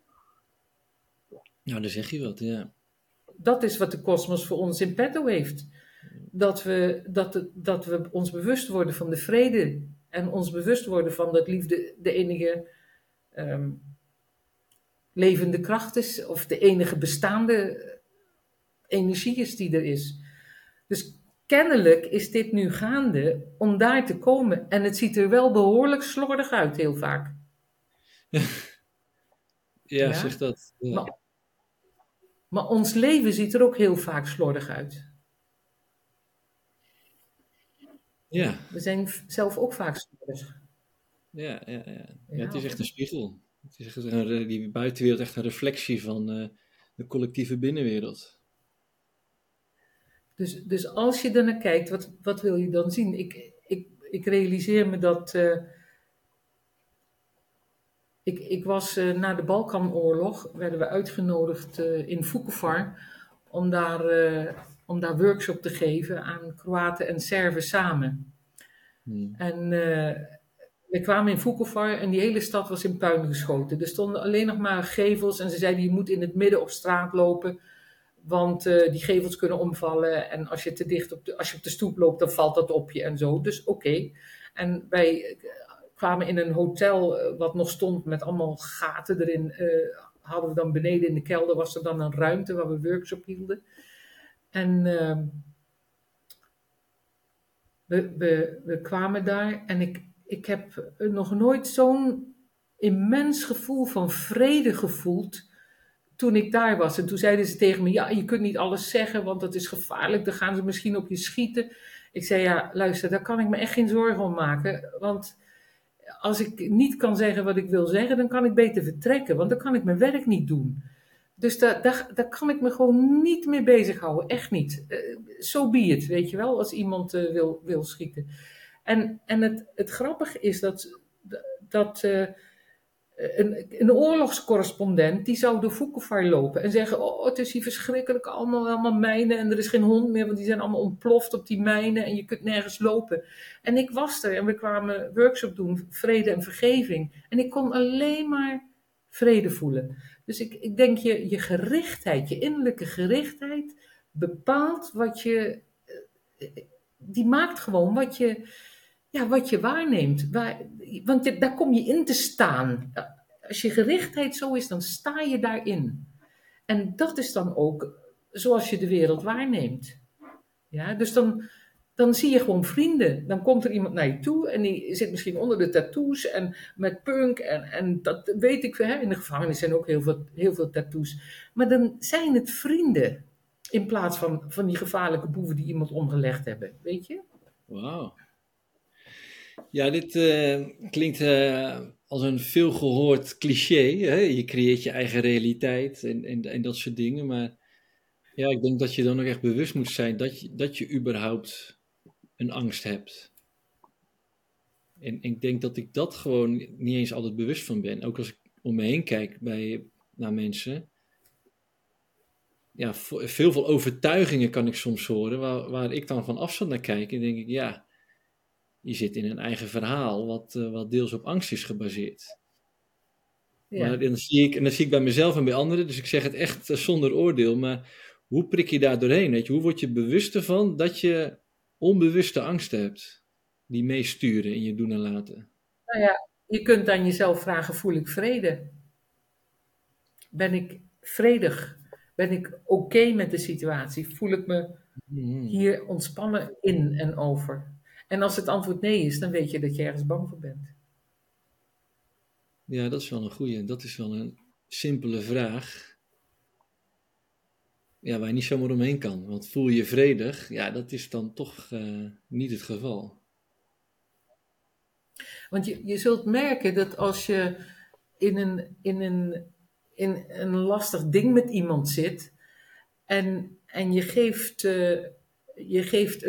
Nou, daar zeg je wat, ja. Dat is wat de kosmos voor ons in petto heeft. Dat we ons bewust worden van de vrede en ons bewust worden van dat liefde de enige levende kracht is, of de enige bestaande energie is die er is. Dus kennelijk is dit nu gaande om daar te komen. En het ziet er wel behoorlijk slordig uit, heel vaak. Ja, zeg dat. Ja. Maar ons leven ziet er ook heel vaak slordig uit. Ja, We zijn zelf ook vaak slordig. ja, het Ja, is of echt een spiegel. Het is echt die buitenwereld echt een reflectie van de collectieve binnenwereld. dus als je er naar kijkt, wat wil je dan zien? Ik realiseer me dat ik was na de Balkanoorlog, werden we uitgenodigd in Vukovar om daar workshop te geven aan Kroaten en Serven samen. Hmm. En we kwamen in Vukovar en die hele stad was in puin geschoten. Er stonden alleen nog maar gevels en ze zeiden je moet in het midden op straat lopen. Want die gevels kunnen omvallen en als je te dicht als je op de stoep loopt, dan valt dat op je en zo. Dus oké. En wij kwamen in een hotel wat nog stond met allemaal gaten erin. Hadden we dan beneden in de kelder, was er dan een ruimte waar we workshop hielden. En we kwamen daar en ik heb nog nooit zo'n immens gevoel van vrede gevoeld toen ik daar was. En toen zeiden ze tegen me, ja, je kunt niet alles zeggen, want dat is gevaarlijk. Dan gaan ze misschien op je schieten. Ik zei, ja, luister, daar kan ik me echt geen zorgen om maken. Want als ik niet kan zeggen wat ik wil zeggen, dan kan ik beter vertrekken. Want dan kan ik mijn werk niet doen. Dus daar kan ik me gewoon niet mee bezighouden. Echt niet. So be it, weet je wel, als iemand wil schieten. En het grappige is dat een oorlogscorrespondent die zou door Vukovar lopen en zeggen: oh, het is hier verschrikkelijk, allemaal mijnen en er is geen hond meer, want die zijn allemaal ontploft op die mijnen en je kunt nergens lopen. En ik was er en we kwamen workshop doen, vrede en vergeving. En ik kon alleen maar vrede voelen. Dus ik denk je gerichtheid, je innerlijke gerichtheid bepaalt wat je, die maakt gewoon wat je waarneemt. Want daar kom je in te staan. Als je gerichtheid zo is, dan sta je daarin. En dat is dan ook zoals je de wereld waarneemt. Ja, dus dan zie je gewoon vrienden. Dan komt er iemand naar je toe en die zit misschien onder de tattoos en met punk en dat weet ik veel. Hè? In de gevangenis zijn ook heel veel tattoos. Maar dan zijn het vrienden in plaats van die gevaarlijke boeven die iemand omgelegd hebben. Weet je? Wauw. Ja, dit klinkt als een veelgehoord cliché. Hè? Je creëert je eigen realiteit en dat soort dingen. Maar ja, ik denk dat je dan ook echt bewust moet zijn dat je überhaupt een angst hebt. En ik denk dat ik dat gewoon niet eens altijd bewust van ben. Ook als ik om me heen kijk naar mensen. Ja, veel overtuigingen kan ik soms horen waar ik dan van afstand naar kijk. En denk ik, ja, je zit in een eigen verhaal wat deels op angst is gebaseerd. Maar Ja. dan zie ik bij mezelf en bij anderen, dus ik zeg het echt zonder oordeel, maar hoe prik je daar doorheen? Weet je? Hoe word je bewust ervan dat je onbewuste angsten hebt die meesturen in je doen en laten? Nou ja, je kunt aan jezelf vragen: voel ik vrede? Ben ik vredig? Ben ik oké met de situatie? Voel ik me Mhm. hier ontspannen in en over? En als het antwoord nee is, dan weet je dat je ergens bang voor bent. Ja, dat is wel een goeie. Dat is wel een simpele vraag. Ja, waar je niet zomaar omheen kan. Want voel je vredig? Ja, dat is dan toch niet het geval. Want je zult merken dat als je in in een lastig ding met iemand zit en je geeft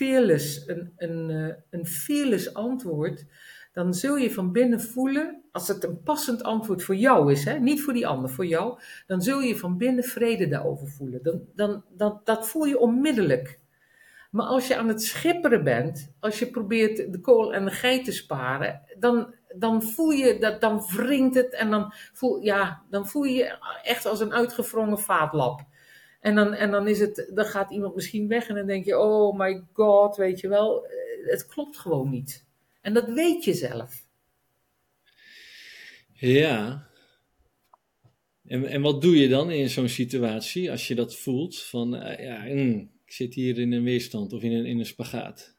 een fearless antwoord, dan zul je van binnen voelen, als het een passend antwoord voor jou is, hè, niet voor die ander, voor jou, dan zul je van binnen vrede daarover voelen. Dat voel je onmiddellijk. Maar als je aan het schipperen bent, als je probeert de kool en de geit te sparen, dan voel je dat, dan wringt het en dan voel je je echt als een uitgewrongen vaatlap. Dan gaat iemand misschien weg en dan denk je: oh my god, weet je wel, het klopt gewoon niet. En dat weet je zelf. Ja, en wat doe je dan in zo'n situatie als je dat voelt van, ja, ik zit hier in een weerstand of in een spagaat?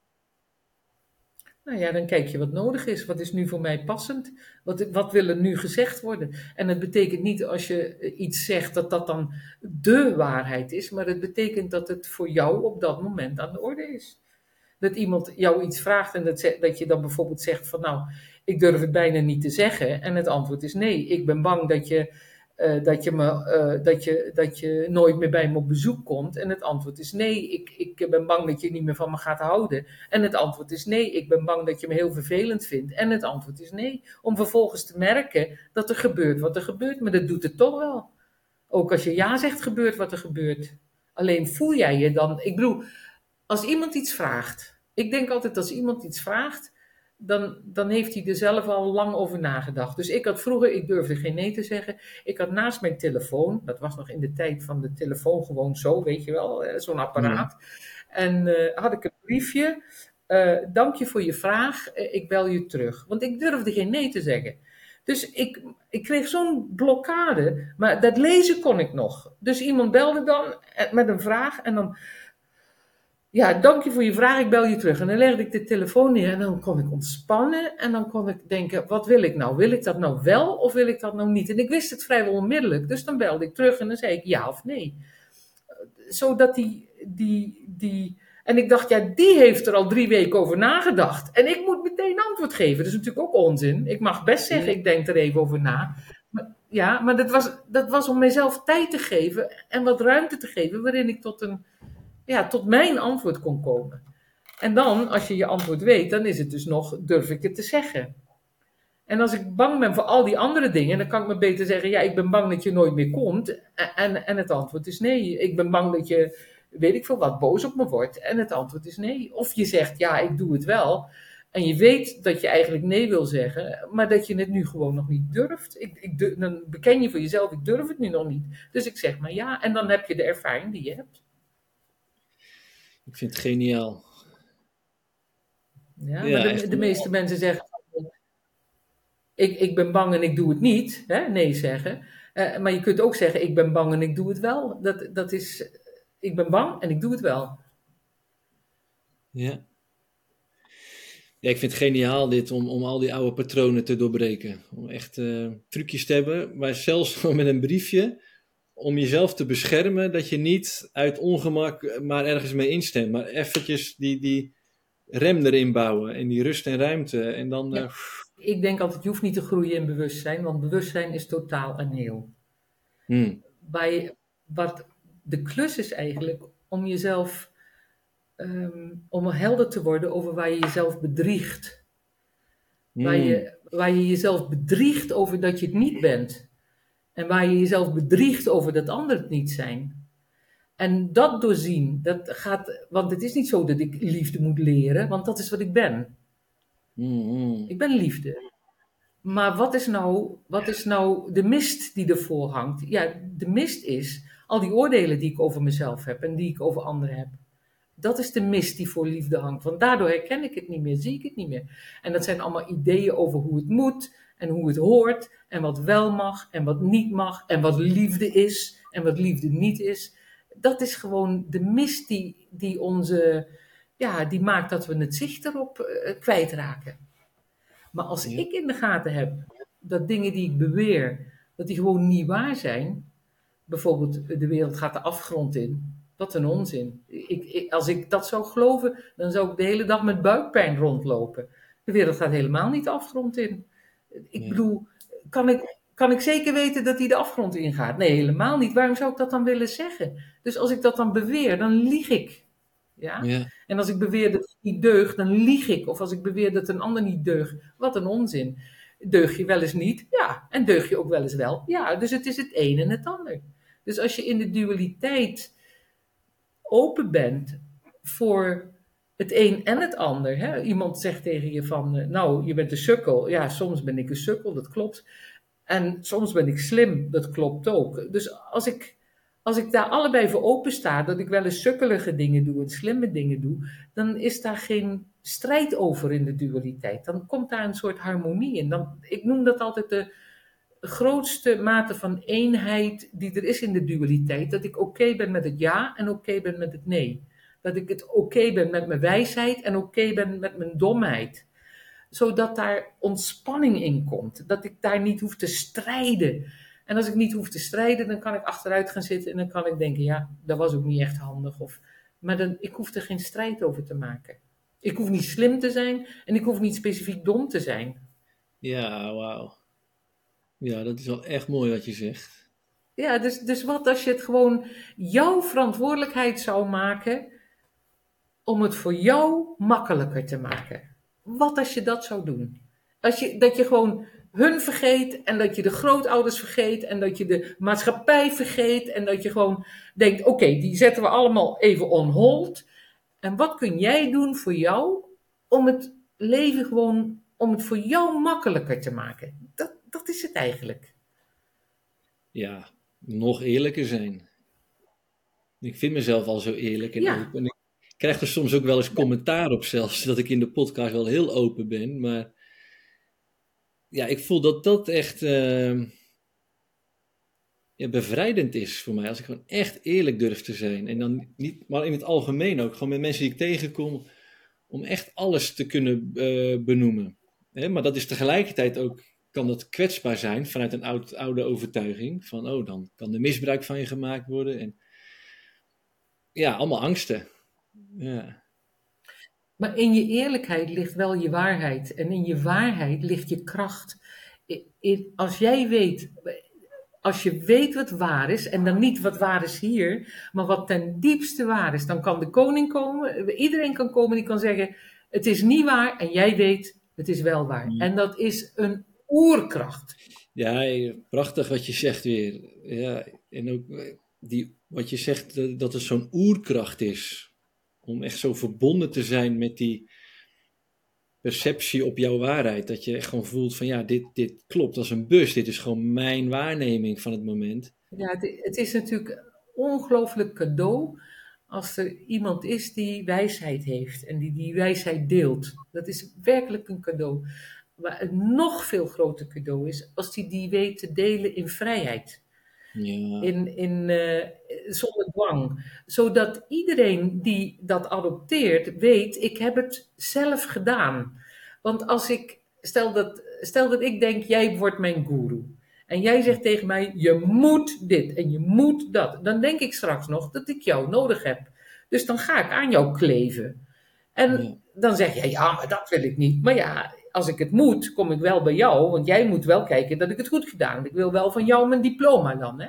Nou ja, dan kijk je wat nodig is. Wat is nu voor mij passend? Wat wil er nu gezegd worden? En het betekent niet als je iets zegt dat dat dan de waarheid is, maar het betekent dat het voor jou op dat moment aan de orde is. Dat iemand jou iets vraagt en dat je dan bijvoorbeeld zegt van nou, ik durf het bijna niet te zeggen. En het antwoord is nee, ik ben bang dat je nooit meer bij me op bezoek komt. En het antwoord is nee, ik ben bang dat je niet meer van me gaat houden. En het antwoord is nee, ik ben bang dat je me heel vervelend vindt. En het antwoord is nee, om vervolgens te merken dat er gebeurt wat er gebeurt. Maar dat doet het toch wel. Ook als je ja zegt, gebeurt wat er gebeurt. Alleen voel jij je dan... Ik bedoel, als iemand iets vraagt... Ik denk altijd als iemand iets vraagt... Dan heeft hij er zelf al lang over nagedacht. Dus ik had vroeger, ik durfde geen nee te zeggen. Ik had naast mijn telefoon... Dat was nog in de tijd van de telefoon gewoon zo, weet je wel. Zo'n apparaat. En had ik een briefje... dank je voor je vraag, ik bel je terug. Want ik durfde geen nee te zeggen. Dus ik kreeg zo'n blokkade, maar dat lezen kon ik nog. Dus iemand belde dan met een vraag en dan... Ja, dank je voor je vraag, ik bel je terug. En dan legde ik de telefoon neer en dan kon ik ontspannen. En dan kon ik denken, wat wil ik nou? Wil ik dat nou wel of wil ik dat nou niet? En ik wist het vrijwel onmiddellijk, dus dan belde ik terug en dan zei ik ja of nee. Zodat En ik dacht, ja, die heeft er al 3 weken over nagedacht. En ik moet meteen antwoord geven. Dat is natuurlijk ook onzin. Ik mag best zeggen, ik denk er even over na. Maar dat was om mezelf tijd te geven en wat ruimte te geven, waarin ik tot mijn antwoord kon komen. En dan, als je je antwoord weet, dan is het dus nog, durf ik het te zeggen? En als ik bang ben voor al die andere dingen, dan kan ik me beter zeggen, ja, ik ben bang dat je nooit meer komt. En het antwoord is nee. Ik ben bang dat je, weet ik veel wat, boos op me wordt. En het antwoord is nee. Of je zegt, ja, ik doe het wel. En je weet dat je eigenlijk nee wil zeggen, maar dat je het nu gewoon nog niet durft. Dan beken je voor jezelf, ik durf het nu nog niet. Dus ik zeg maar ja, en dan heb je de ervaring die je hebt. Ik vind het geniaal. Ja, maar de meeste mensen zeggen, ik ben bang en ik doe het niet. Hè? Nee zeggen. Maar je kunt ook zeggen, ik ben bang en ik doe het wel. Dat is, ik ben bang en ik doe het wel. Ja. Ja, ik vind het geniaal dit om al die oude patronen te doorbreken. Om echt trucjes te hebben, maar zelfs met een briefje, om jezelf te beschermen, dat je niet uit ongemak maar ergens mee instemt. Maar eventjes die rem erin bouwen en die rust en ruimte. En dan... Ja. Ik denk altijd, je hoeft niet te groeien in bewustzijn, want bewustzijn is totaal en heel. Wat de klus is eigenlijk om jezelf, om helder te worden over waar je jezelf bedriegt. Waar je jezelf bedriegt over dat je het niet bent. En waar je jezelf bedriegt over dat anderen het niet zijn. En dat doorzien, want het is niet zo dat ik liefde moet leren, want dat is wat ik ben. Ik ben liefde. Maar wat is nou de mist die ervoor hangt? Ja, de mist is al die oordelen die ik over mezelf heb en die ik over anderen heb. Dat is de mist die voor liefde hangt. Want daardoor herken ik het niet meer, zie ik het niet meer. En dat zijn allemaal ideeën over hoe het moet en hoe het hoort en wat wel mag en wat niet mag en wat liefde is en wat liefde niet is. Dat is gewoon de mist die maakt dat we het zicht erop kwijtraken. Maar als ik in de gaten heb dat dingen die ik beweer, dat die gewoon niet waar zijn, bijvoorbeeld de wereld gaat de afgrond in, wat een onzin. Als ik dat zou geloven, dan zou ik de hele dag met buikpijn rondlopen. De wereld gaat helemaal niet de afgrond in. Ik bedoel, kan ik zeker weten dat die de afgrond ingaat? Nee, helemaal niet. Waarom zou ik dat dan willen zeggen? Dus als ik dat dan beweer, dan lieg ik. Ja? En als ik beweer dat het niet deugt, dan lieg ik. Of als ik beweer dat een ander niet deugt, wat een onzin. Deug je wel eens niet? Ja. En deug je ook wel eens wel? Ja. Dus het is het een en het ander. Dus als je in de dualiteit open bent voor het een en het ander. Hè? Iemand zegt tegen je van, nou, je bent een sukkel. Ja, soms ben ik een sukkel, dat klopt. En soms ben ik slim, dat klopt ook. Dus als ik daar allebei voor open sta, dat ik wel eens sukkelige dingen doe en slimme dingen doe, dan is daar geen strijd over in de dualiteit. Dan komt daar een soort harmonie in. Ik noem dat altijd de grootste mate van eenheid die er is in de dualiteit. Dat ik oké ben met het ja en oké ben met het nee. Dat ik het oké ben met mijn wijsheid en oké ben met mijn domheid. Zodat daar ontspanning in komt. Dat ik daar niet hoef te strijden. En als ik niet hoef te strijden, dan kan ik achteruit gaan zitten en dan kan ik denken, ja, dat was ook niet echt handig. Maar ik hoef er geen strijd over te maken. Ik hoef niet slim te zijn en ik hoef niet specifiek dom te zijn. Ja, wauw. Ja, dat is wel echt mooi wat je zegt. Ja, dus wat als je het gewoon jouw verantwoordelijkheid zou maken om het voor jou makkelijker te maken? Wat als je dat zou doen? Dat je gewoon hun vergeet en dat je de grootouders vergeet en dat je de maatschappij vergeet en dat je gewoon denkt, oké, die zetten we allemaal even on hold. En wat kun jij doen voor jou om het leven gewoon, om het voor jou makkelijker te maken? Dat is het eigenlijk. Ja, nog eerlijker zijn. Ik vind mezelf al zo eerlijk en Ja, open. En ik krijg er soms ook wel eens commentaar op zelfs, dat ik in de podcast wel heel open ben. Maar ja, ik voel dat dat echt ja, bevrijdend is voor mij. Als ik gewoon echt eerlijk durf te zijn. En dan niet, maar in het algemeen ook. Gewoon met mensen die ik tegenkom. Om echt alles te kunnen benoemen. Hè? Maar dat is tegelijkertijd ook, kan dat kwetsbaar zijn vanuit een oude overtuiging. Van, oh, dan kan er misbruik van je gemaakt worden. En ja, allemaal angsten. Ja, maar in je eerlijkheid ligt wel je waarheid. En in je waarheid ligt je kracht. Als jij weet, als je weet wat waar is, en dan niet wat waar is hier, maar wat ten diepste waar is, dan kan de koning komen, iedereen kan komen die kan zeggen, het is niet waar en jij weet, het is wel waar. En dat is een oerkracht. ja, prachtig wat je zegt weer. Ja, en ook wat je zegt, dat het zo'n oerkracht is. Om echt zo verbonden te zijn met die perceptie op jouw waarheid. Dat je echt gewoon voelt van ja, dit klopt als een bus. Dit is gewoon mijn waarneming van het moment. Ja, het is natuurlijk een ongelooflijk cadeau als er iemand is die wijsheid heeft en die wijsheid deelt. Dat is werkelijk een cadeau. Maar een nog veel groter cadeau is als die weet te delen in vrijheid. Ja, Zonder dwang. Zodat iedereen die dat adopteert weet, ik heb het zelf gedaan. Want stel dat ik denk, jij wordt mijn guru. En jij zegt tegen mij, je moet dit en je moet dat. Dan denk ik straks nog dat ik jou nodig heb. Dus dan ga ik aan jou kleven. ja, En dan zeg je, ja, maar dat wil ik niet. Maar ja, als ik het moet, kom ik wel bij jou. Want jij moet wel kijken dat ik het goed gedaan heb. Ik wil wel van jou mijn diploma dan, hè.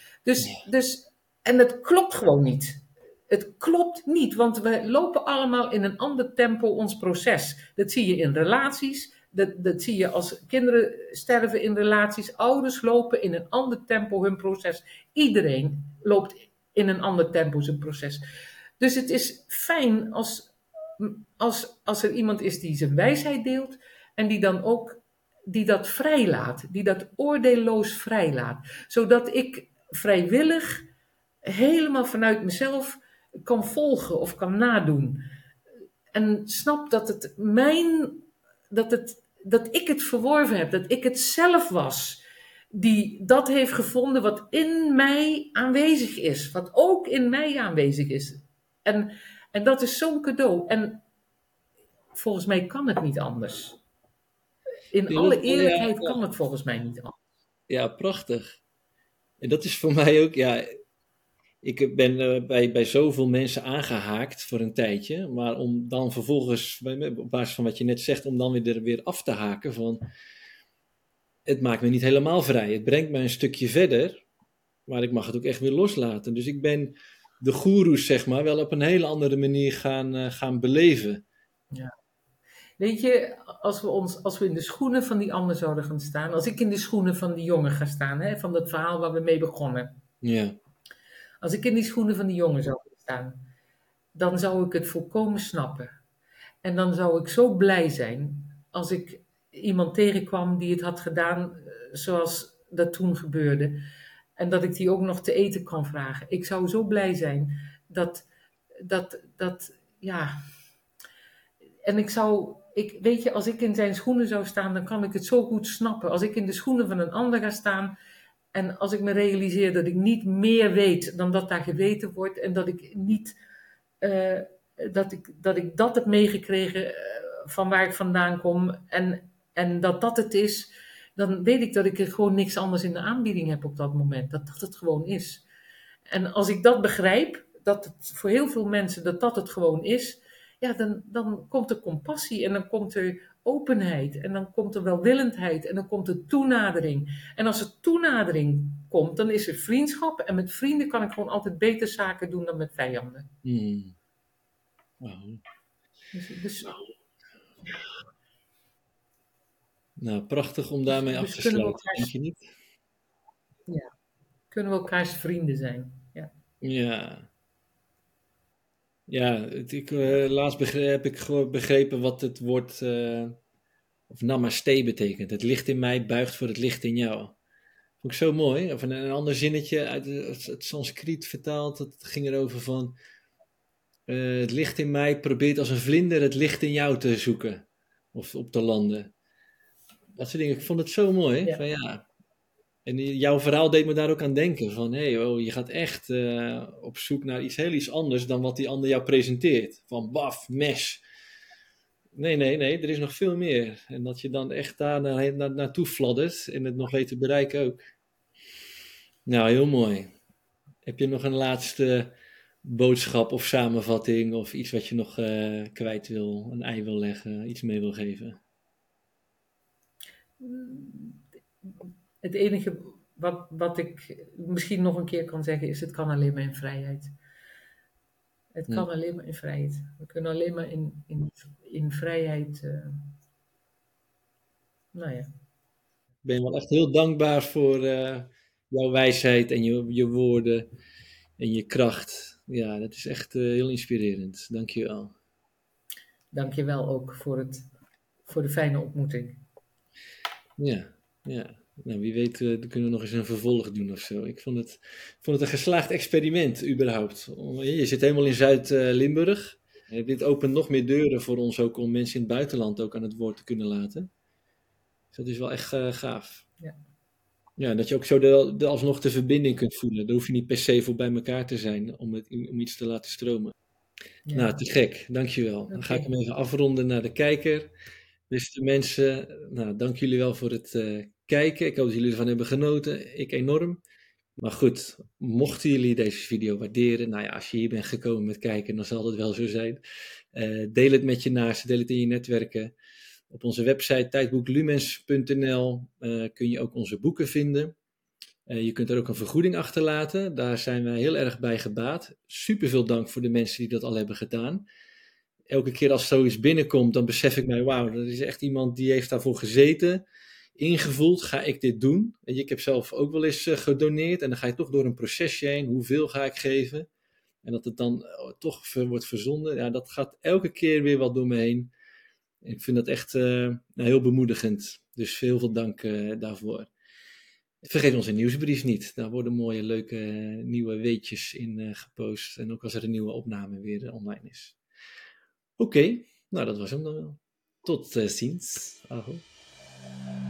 En het klopt gewoon niet. Het klopt niet, want we lopen allemaal in een ander tempo ons proces. Dat zie je in relaties, dat zie je als kinderen sterven in relaties, ouders lopen in een ander tempo hun proces. Iedereen loopt in een ander tempo zijn proces. Dus het is fijn als er iemand is die zijn wijsheid deelt en die dan ook die dat vrijlaat, die dat oordeelloos vrijlaat, zodat ik vrijwillig helemaal vanuit mezelf kan volgen of kan nadoen. En snap dat dat ik het verworven heb, dat ik het zelf was die dat heeft gevonden wat in mij aanwezig is, wat ook in mij aanwezig is. En, en dat is zo'n cadeau. En volgens mij kan het niet anders. In alle ja, eerlijkheid kan het volgens mij niet anders. ja, prachtig. En dat is voor mij ook, ja, ik ben bij zoveel mensen aangehaakt voor een tijdje, maar om dan vervolgens, op basis van wat je net zegt, om dan weer af te haken van, het maakt me niet helemaal vrij. Het brengt me een stukje verder, maar ik mag het ook echt weer loslaten. Dus ik ben de goeroes, zeg maar, wel op een hele andere manier gaan beleven. Ja. Weet je, als we in de schoenen van die ander zouden gaan staan, als ik in de schoenen van die jongen ga staan, hè, van dat verhaal waar we mee begonnen. Ja, Als ik in die schoenen van die jongen zou gaan staan, dan zou ik het volkomen snappen. En dan zou ik zo blij zijn als ik iemand tegenkwam die het had gedaan zoals dat toen gebeurde. En dat ik die ook nog te eten kan vragen. Ik zou zo blij zijn ja. En weet je, als ik in zijn schoenen zou staan, dan kan ik het zo goed snappen. Als ik in de schoenen van een ander ga staan en als ik me realiseer dat ik niet meer weet dan dat daar geweten wordt en dat ik niet, eh, dat ik dat heb meegekregen van waar ik vandaan kom en dat dat het is, dan weet ik dat ik er gewoon niks anders in de aanbieding heb op dat moment. Dat dat het gewoon is. En als ik dat begrijp, dat het voor heel veel mensen dat dat het gewoon is, ja, dan komt er compassie en dan komt er openheid en dan komt er welwillendheid en dan komt er toenadering. En als er toenadering komt, dan is er vriendschap. En met vrienden kan ik gewoon altijd beter zaken doen dan met vijanden. Wow. Dus Nou, prachtig om daarmee af te sluiten, denk je niet? Ja, kunnen we elkaars vrienden zijn. Ja. Ja. Ja, laatst heb ik gewoon begrepen wat het woord of namaste betekent. Het licht in mij buigt voor het licht in jou. Vond ik zo mooi. Of een ander zinnetje uit het Sanskriet vertaald. Dat ging erover van het licht in mij probeert als een vlinder het licht in jou te zoeken. Of op te landen. Dat soort dingen. Ik vond het zo mooi. Ja. Van, ja. En jouw verhaal deed me daar ook aan denken. Van je gaat echt op zoek naar iets anders dan wat die ander jou presenteert. Van baf, mes. Nee, er is nog veel meer. En dat je dan echt daar naartoe fladdert en het nog weet te bereiken ook. Nou, heel mooi. Heb je nog een laatste boodschap of samenvatting of iets wat je nog kwijt wil, een ei wil leggen, iets mee wil geven? Het enige wat ik misschien nog een keer kan zeggen is, het kan alleen maar in vrijheid. Het kan alleen maar in vrijheid. We kunnen alleen maar in vrijheid, nou ja. Ik ben wel echt heel dankbaar voor jouw wijsheid en je woorden en je kracht. Ja, dat is echt heel inspirerend. Dank je wel. Dank je wel ook voor de fijne ontmoeting. Ja. Nou, wie weet kunnen we nog eens een vervolg doen of zo. Ik vond het een geslaagd experiment überhaupt. Je zit helemaal in Zuid-Limburg. Dit opent nog meer deuren voor ons ook om mensen in het buitenland ook aan het woord te kunnen laten. Dus dat is wel echt gaaf. Ja. Ja, dat je ook zo alsnog de verbinding kunt voelen. Daar hoef je niet per se voor bij elkaar te zijn om iets te laten stromen. Ja. Nou, te gek. Dankjewel. Okay. Dan ga ik hem even afronden naar de kijker. Beste mensen, nou, dank jullie wel voor het kijken. Ik hoop dat jullie ervan hebben genoten. Ik enorm. Maar goed, mochten jullie deze video waarderen, nou ja, als je hier bent gekomen met kijken, dan zal het wel zo zijn. Deel het met je naasten, deel het in je netwerken. Op onze website tijdboeklumens.nl kun je ook onze boeken vinden. Je kunt er ook een vergoeding achterlaten. Daar zijn wij heel erg bij gebaat. Super veel dank voor de mensen die dat al hebben gedaan. Elke keer als zoiets binnenkomt, dan besef ik mij, wauw, dat is echt iemand die heeft daarvoor gezeten, ingevoeld, ga ik dit doen? En ik heb zelf ook wel eens gedoneerd en dan ga je toch door een procesje heen, hoeveel ga ik geven? En dat het dan toch wordt verzonden, ja, dat gaat elke keer weer wat door me heen. En ik vind dat echt heel bemoedigend. Dus heel veel dank daarvoor. Vergeet onze nieuwsbrief niet. Daar worden mooie, leuke nieuwe weetjes in gepost. En ook als er een nieuwe opname weer online is. Oké, nou dat was hem dan wel. Tot ziens. Aho.